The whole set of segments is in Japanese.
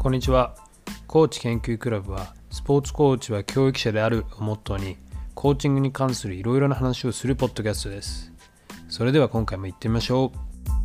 こんにちは。コーチ研究クラブはスポーツコーチは教育者であるをモットーにコーチングに関するいろいろな話をするポッドキャストです。それでは今回も行ってみましょ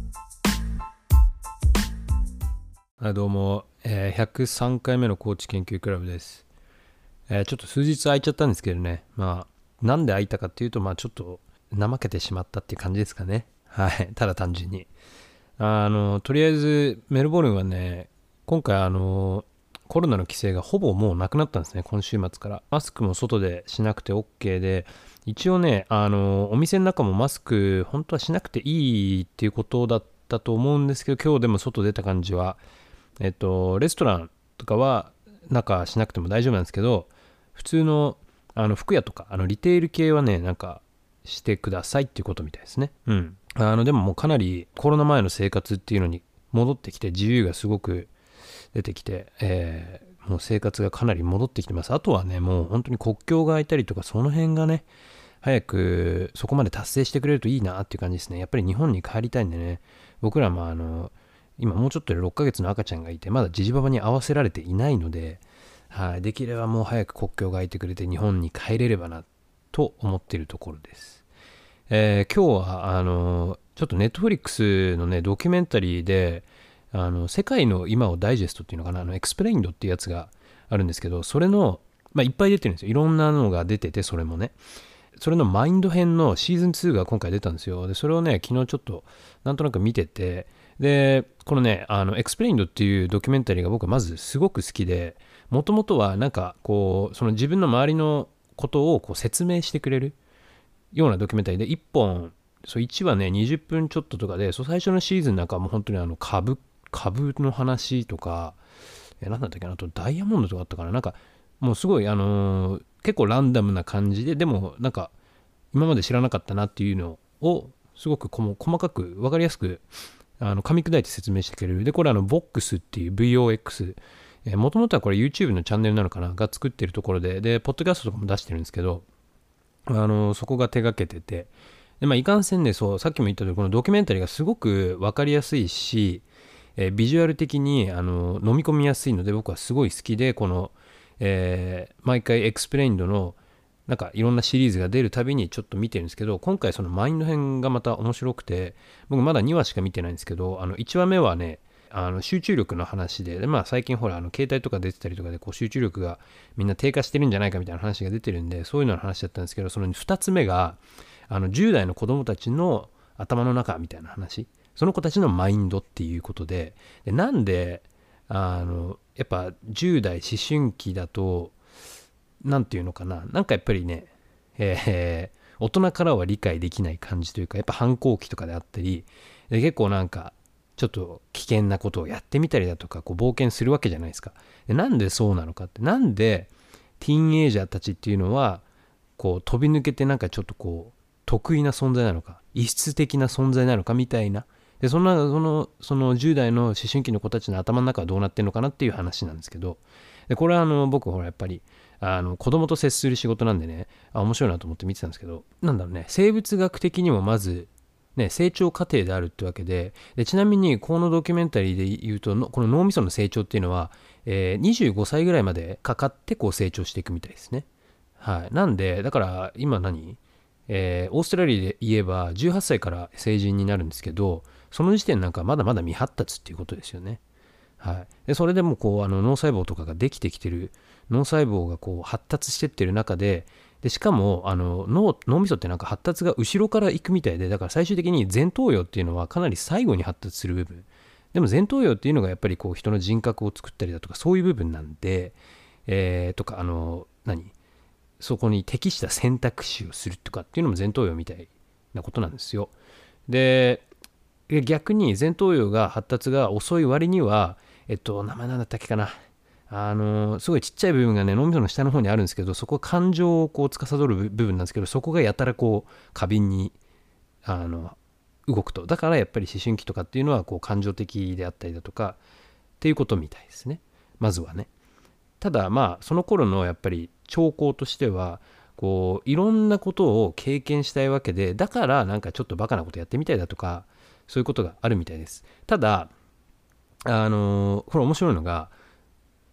う。どうも、103回目のコーチ研究クラブです。ちょっと数日空いちゃったんですけどね。なんで空いたかっていうと、ちょっと怠けてしまったっていう感じですかね。はい。ただ単純に。とりあえずメルボルンはね、今回コロナの規制がほぼもうなくなったんですね。今週末からマスクも外でしなくて OK で、一応ねお店の中もマスク本当はしなくていいっていうことだったと思うんですけど、今日でも外出た感じはレストランとかは中しなくても大丈夫なんですけど、普通の服屋とかリテール系はねしてくださいっていうことみたいですね。でももうかなりコロナ前の生活っていうのに戻ってきて、自由がすごく出てきて、もう生活がかなり戻ってきてます。あとはね、もう本当に国境が開いたりとか、その辺がね、早くそこまで達成してくれるといいなっていう感じですね。やっぱり日本に帰りたいんでね、僕らも今もうちょっとで6ヶ月の赤ちゃんがいて、まだジジババに合わせられていないので、できればもう早く国境が開いてくれて日本に帰れればなと思っているところです。今日はちょっとネットフリックスのねドキュメンタリーで世界の今をダイジェストっていうのかな、エクスプレインドっていうやつがあるんですけど、それのいっぱい出てるんですよ。いろんなのが出てて、それもね、それのマインド編のシーズン2が今回出たんですよ。でそれをね昨日ちょっとなんとなく見てて、でこのねエクスプレインドっていうドキュメンタリーが僕はまずすごく好きで、もともとはなんかこうその自分の周りのことをこう説明してくれるようなドキュメンタリーで、1本1話ね20分ちょっととかで、最初のシーズンなんかはもう本当に株の話とか、なんだったっけな、あとダイヤモンドとかあったかな、なんかもうすごい結構ランダムな感じで、でもなんか今まで知らなかったなっていうのをすごく細かく分かりやすく噛み砕いて説明してくれる。でこれボックスっていう VOX、もともとはこれ YouTube のチャンネルなのかなが作ってるところでポッドキャストとかも出してるんですけど、そこが手がけてて、でいかんせんね、さっきも言った通りこのドキュメンタリーがすごく分かりやすいし、ビジュアル的に飲み込みやすいので僕はすごい好きで、この、毎回エクスプレインドのなんかいろんなシリーズが出るたびにちょっと見てるんですけど、今回そのマインド編がまた面白くて、僕まだ2話しか見てないんですけど、1話目はね集中力の話で、最近ほら携帯とか出てたりとかでこう集中力がみんな低下してるんじゃないかみたいな話が出てるんで、そういうのの話だったんですけど、その2つ目が10代の子供たちの頭の中みたいな話、その子たちのマインドっていうことで、なんでやっぱ10代思春期だとなんていうのかな、なんかやっぱりね、大人からは理解できない感じというか、やっぱ反抗期とかであったりで、結構なんかちょっと危険なことをやってみたりだとかこう冒険するわけじゃないですか。でなんでそうなのかって、なんでティーンエイジャーたちっていうのはこう飛び抜けてなんかちょっとこう得意な存在なのか、異質的な存在なのかみたいな、でその10代の思春期の子たちの頭の中はどうなってんのかなっていう話なんですけど、でこれは僕ほらやっぱり子供と接する仕事なんでね、面白いなと思って見てたんですけど、なんだろうね、生物学的にもまずね成長過程であるってわけで、ちなみにこのドキュメンタリーで言うとこの脳みその成長っていうのは、25歳ぐらいまでかかってこう成長していくみたいですね。なんでだから今オーストラリアで言えば18歳から成人になるんですけど、その時点なんかまだまだ未発達っていうことですよね。でそれでもこう脳細胞とかができてきてる、脳細胞がこう発達してってる中で、しかも脳みそってなんか発達が後ろから行くみたいで、だから最終的に前頭葉っていうのはかなり最後に発達する部分でも、前頭葉っていうのがやっぱりこう人の人格を作ったりだとかそういう部分なんで、とかそこに適した選択肢をするとかっていうのも前頭葉みたいなことなんですよ。で逆に前頭葉が発達が遅い割には名前なんだったっけかな、すごいちっちゃい部分がね脳みその下の方にあるんですけど、そこは感情をこう司る部分なんですけど、そこがやたらこう過敏に動くと、だからやっぱり思春期とかっていうのはこう感情的であったりだとかっていうことみたいですね、まずはね。ただその頃のやっぱり兆候としてはこういろんなことを経験したいわけで、だからなんかちょっとバカなことやってみたいだとかそういうことがあるみたいです。ただこれ面白いのが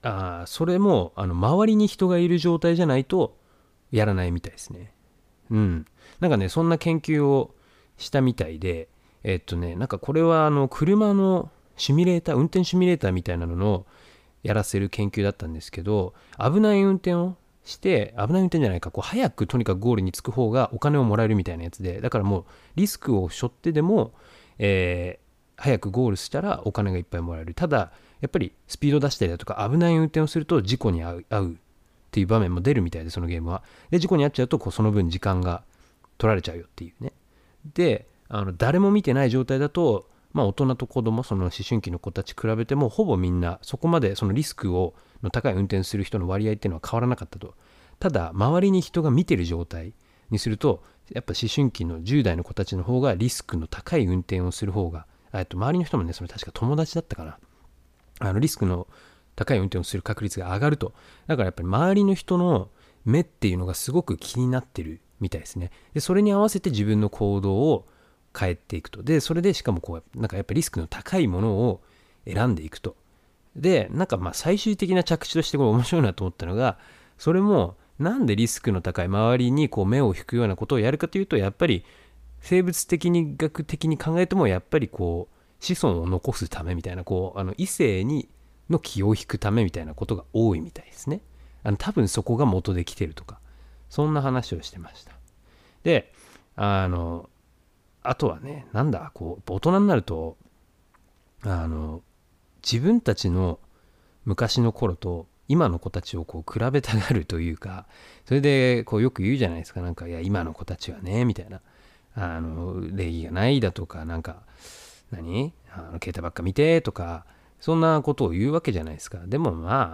それも周りに人がいる状態じゃないとやらないみたいですね。なんかね、そんな研究をしたみたいで、なんかこれは車のシミュレーター、運転シミュレーターみたいなののやらせる研究だったんですけど、危ない運転をして、危ない運転じゃないか、早くとにかくゴールに着く方がお金をもらえるみたいなやつで、だからもうリスクを背負ってでも、早くゴールしたらお金がいっぱいもらえる。ただ、やっぱりスピード出したりだとか危ない運転をすると事故に遭うっていう場面も出るみたいで、そのゲームは。で、事故に遭っちゃうとその分時間が取られちゃうよっていうね。で、誰も見てない状態だと、大人と子供、その思春期の子たち比べてもほぼみんなそこまでそのリスクの高い運転する人の割合っていうのは変わらなかったと。ただ周りに人が見てる状態にすると、やっぱ思春期の10代の子たちの方がリスクの高い運転をする方が、周りの人もね、それ確か友達だったかな、リスクの高い運転をする確率が上がると。だからやっぱり周りの人の目っていうのがすごく気になってるみたいですね。で、それに合わせて自分の行動を変えていくと。で、それでしかもなんかやっぱりリスクの高いものを選んでいくと。で、なんか最終的な着地としてこれ面白いなと思ったのが、それもなんでリスクの高い周りに目を引くようなことをやるかというと、やっぱり生物的に学的に考えてもやっぱり子孫を残すためみたいな、異性の気を引くためみたいなことが多いみたいですね。多分そこが元で来てるとか、そんな話をしてました。で、あとはね、大人になると、自分たちの昔の頃と今の子たちを比べたがるというか、それでよく言うじゃないですか。なんか、いや、今の子たちはね、みたいな。礼儀がないだとか、なんか、携帯ばっか見てとか、そんなことを言うわけじゃないですか。でも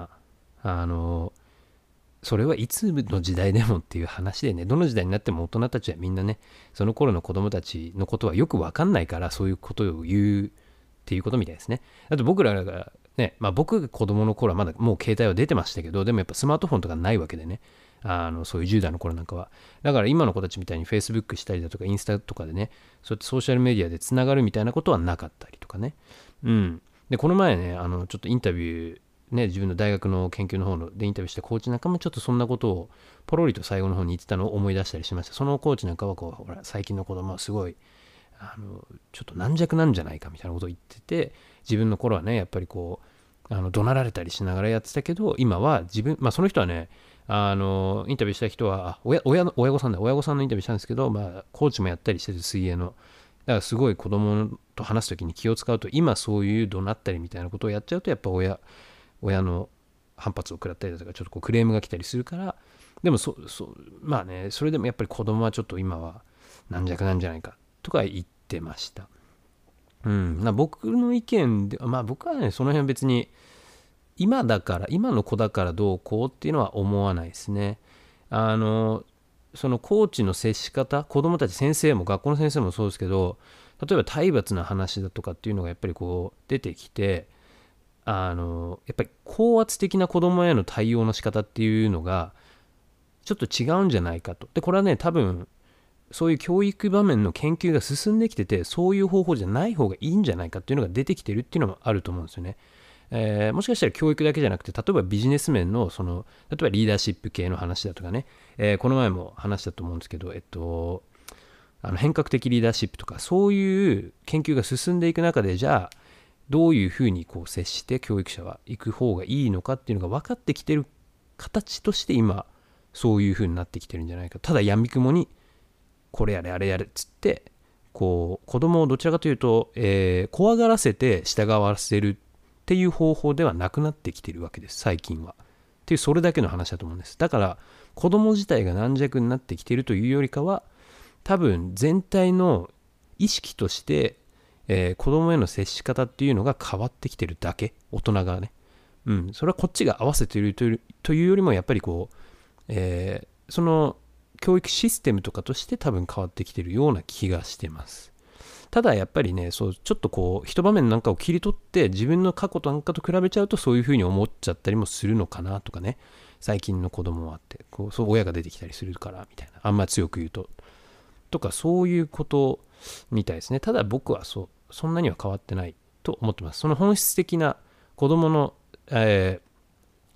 それはいつの時代でもっていう話でね、どの時代になっても大人たちはみんなね、その頃の子供たちのことはよくわかんないから、そういうことを言うっていうことみたいですね。あと僕らがね、僕が子供の頃はまだもう携帯は出てましたけど、でもやっぱスマートフォンとかないわけでね、そういう10代の頃なんかは。だから今の子たちみたいに Facebook したりだとかインスタとかでね、そうやってソーシャルメディアでつながるみたいなことはなかったりとかね。で、この前ね、ちょっとインタビュー、ね、自分の大学の研究の方でインタビューしたコーチなんかもちょっとそんなことをポロリと最後の方に言ってたのを思い出したりしました。そのコーチなんかはほら最近の子供はすごいちょっと軟弱なんじゃないかみたいなことを言ってて、自分の頃はね、やっぱり怒鳴られたりしながらやってたけど、今はその人はね、インタビューした人は親御さんのインタビューしたんですけど、コーチもやったりしてて、水泳の。だからすごい子供と話すときに気を使うと、今そういう怒鳴ったりみたいなことをやっちゃうと、やっぱ親の反発を食らったりだとか、ちょっとクレームが来たりするから。でもそれでもやっぱり子供はちょっと今は軟弱なんじゃないかとか言ってました。僕の意見で、僕はね、その辺別に今の子だからどうこうっていうのは思わないですね。そのコーチの接し方、子供たち、先生も学校の先生もそうですけど、例えば体罰の話だとかっていうのがやっぱり出てきて、やっぱり高圧的な子供への対応の仕方っていうのがちょっと違うんじゃないかと。で、これはね、多分そういう教育場面の研究が進んできてて、そういう方法じゃない方がいいんじゃないかっていうのが出てきてるっていうのもあると思うんですよね。もしかしたら教育だけじゃなくて、例えばビジネス面の例えばリーダーシップ系の話だとかね、この前も話したと思うんですけど、変革的リーダーシップとか、そういう研究が進んでいく中で、じゃあどういうふうに接して教育者は行く方がいいのかっていうのが分かってきてる形として、今そういうふうになってきてるんじゃないか。ただ闇雲にこれやれあれやれっつって子供をどちらかというと、怖がらせて従わせるっていう方法ではなくなってきてるわけです、最近は。っていう、それだけの話だと思うんです。だから子供自体が軟弱になってきているというよりかは、多分全体の意識として、子供への接し方っていうのが変わってきてるだけ、大人がね。それはこっちが合わせているというよりも、やっぱりその教育システムとかとして多分変わってきてるような気がしてます。ただやっぱりね、ちょっと一場面なんかを切り取って自分の過去なんかと比べちゃうと、そういうふうに思っちゃったりもするのかなとかね。最近の子供はってそう親が出てきたりするからみたいな、あんまり強く言うととか、そういうことみたいですね。ただ僕はそんなには変わってないと思ってます。その本質的な子供の、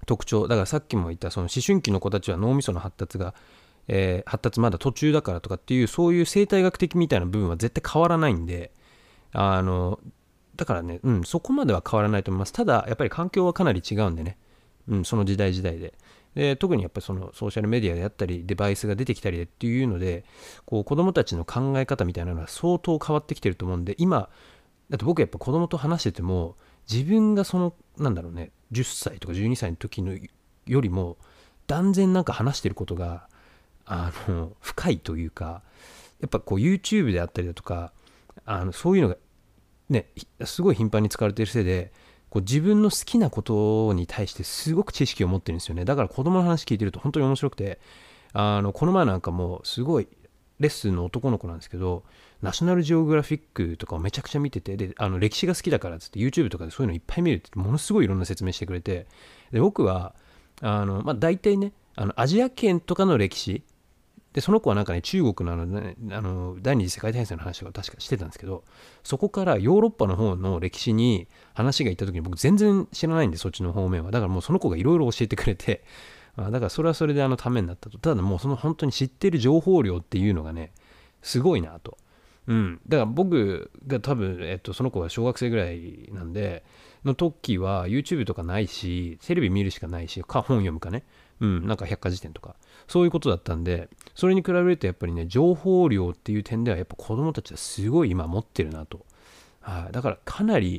特徴だから、さっきも言ったその思春期の子たちは脳みその発達が、発達まだ途中だからとかっていう、そういう生態学的みたいな部分は絶対変わらないんで、あのだからね、そこまでは変わらないと思います。ただやっぱり環境はかなり違うんでね、その時代時代で、特にやっぱりそのソーシャルメディアであったりデバイスが出てきたりでっていうので、こう子供たちの考え方みたいなのは相当変わってきてると思うんで、今だって僕やっぱ子供と話してても、自分がそのなんだろうね、10歳とか12歳の時のよりも断然なんか話してることが深いというか、やっぱこう YouTube であったりだとか、そういうのがね、すごい頻繁に使われているせいで、こう自分の好きなことに対してすごく知識を持ってるんですよね。だから子供の話聞いてると本当に面白くて、この前なんかもすごいレッスンの男の子なんですけど、ナショナルジオグラフィックとかをめちゃくちゃ見てて、で歴史が好きだからっつって YouTube とかでそういうのいっぱい見るってものすごいいろんな説明してくれて、で僕は大体ね、アジア圏とかの歴史で、その子はなんかね、中国の第二次世界大戦の話とか確かしてたんですけど、そこからヨーロッパの方の歴史に話が行った時に僕全然知らないんで、そっちの方面は。だからもうその子がいろいろ教えてくれて、だからそれはそれでためになったと。ただもうその本当に知ってる情報量っていうのがね、すごいなと。だから僕が多分、その子が小学生ぐらいなんで、の時は YouTube とかないし、テレビ見るしかないし、本読むかね。なんか百科事典とか。そういうことだったんで、それに比べるとやっぱりね、情報量っていう点ではやっぱ子供たちはすごい今持ってるなと。だからかなり、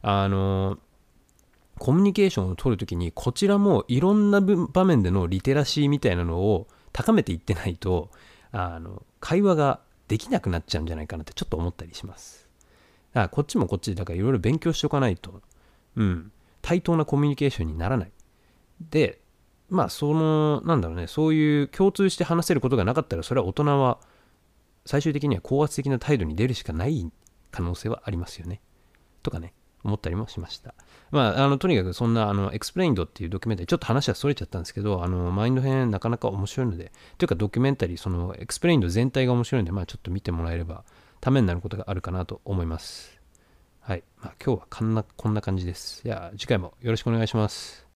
コミュニケーションを取るときに、こちらもいろんな場面でのリテラシーみたいなのを高めていってないと、会話ができなくなっちゃうんじゃないかなってちょっと思ったりします。だからこっちもこっちで、だからいろいろ勉強しておかないと、対等なコミュニケーションにならない。で、なんだろうね、そういう共通して話せることがなかったら、それは大人は最終的には高圧的な態度に出るしかない可能性はありますよね。とかね、思ったりもしました。とにかくそんな、エクスプレインドっていうドキュメンタリー、ちょっと話はそれちゃったんですけど、マインド編なかなか面白いので、というかドキュメンタリー、そのエクスプレインド全体が面白いので、ちょっと見てもらえれば、ためになることがあるかなと思います。はい。今日はこんな感じです。じゃあ、次回もよろしくお願いします。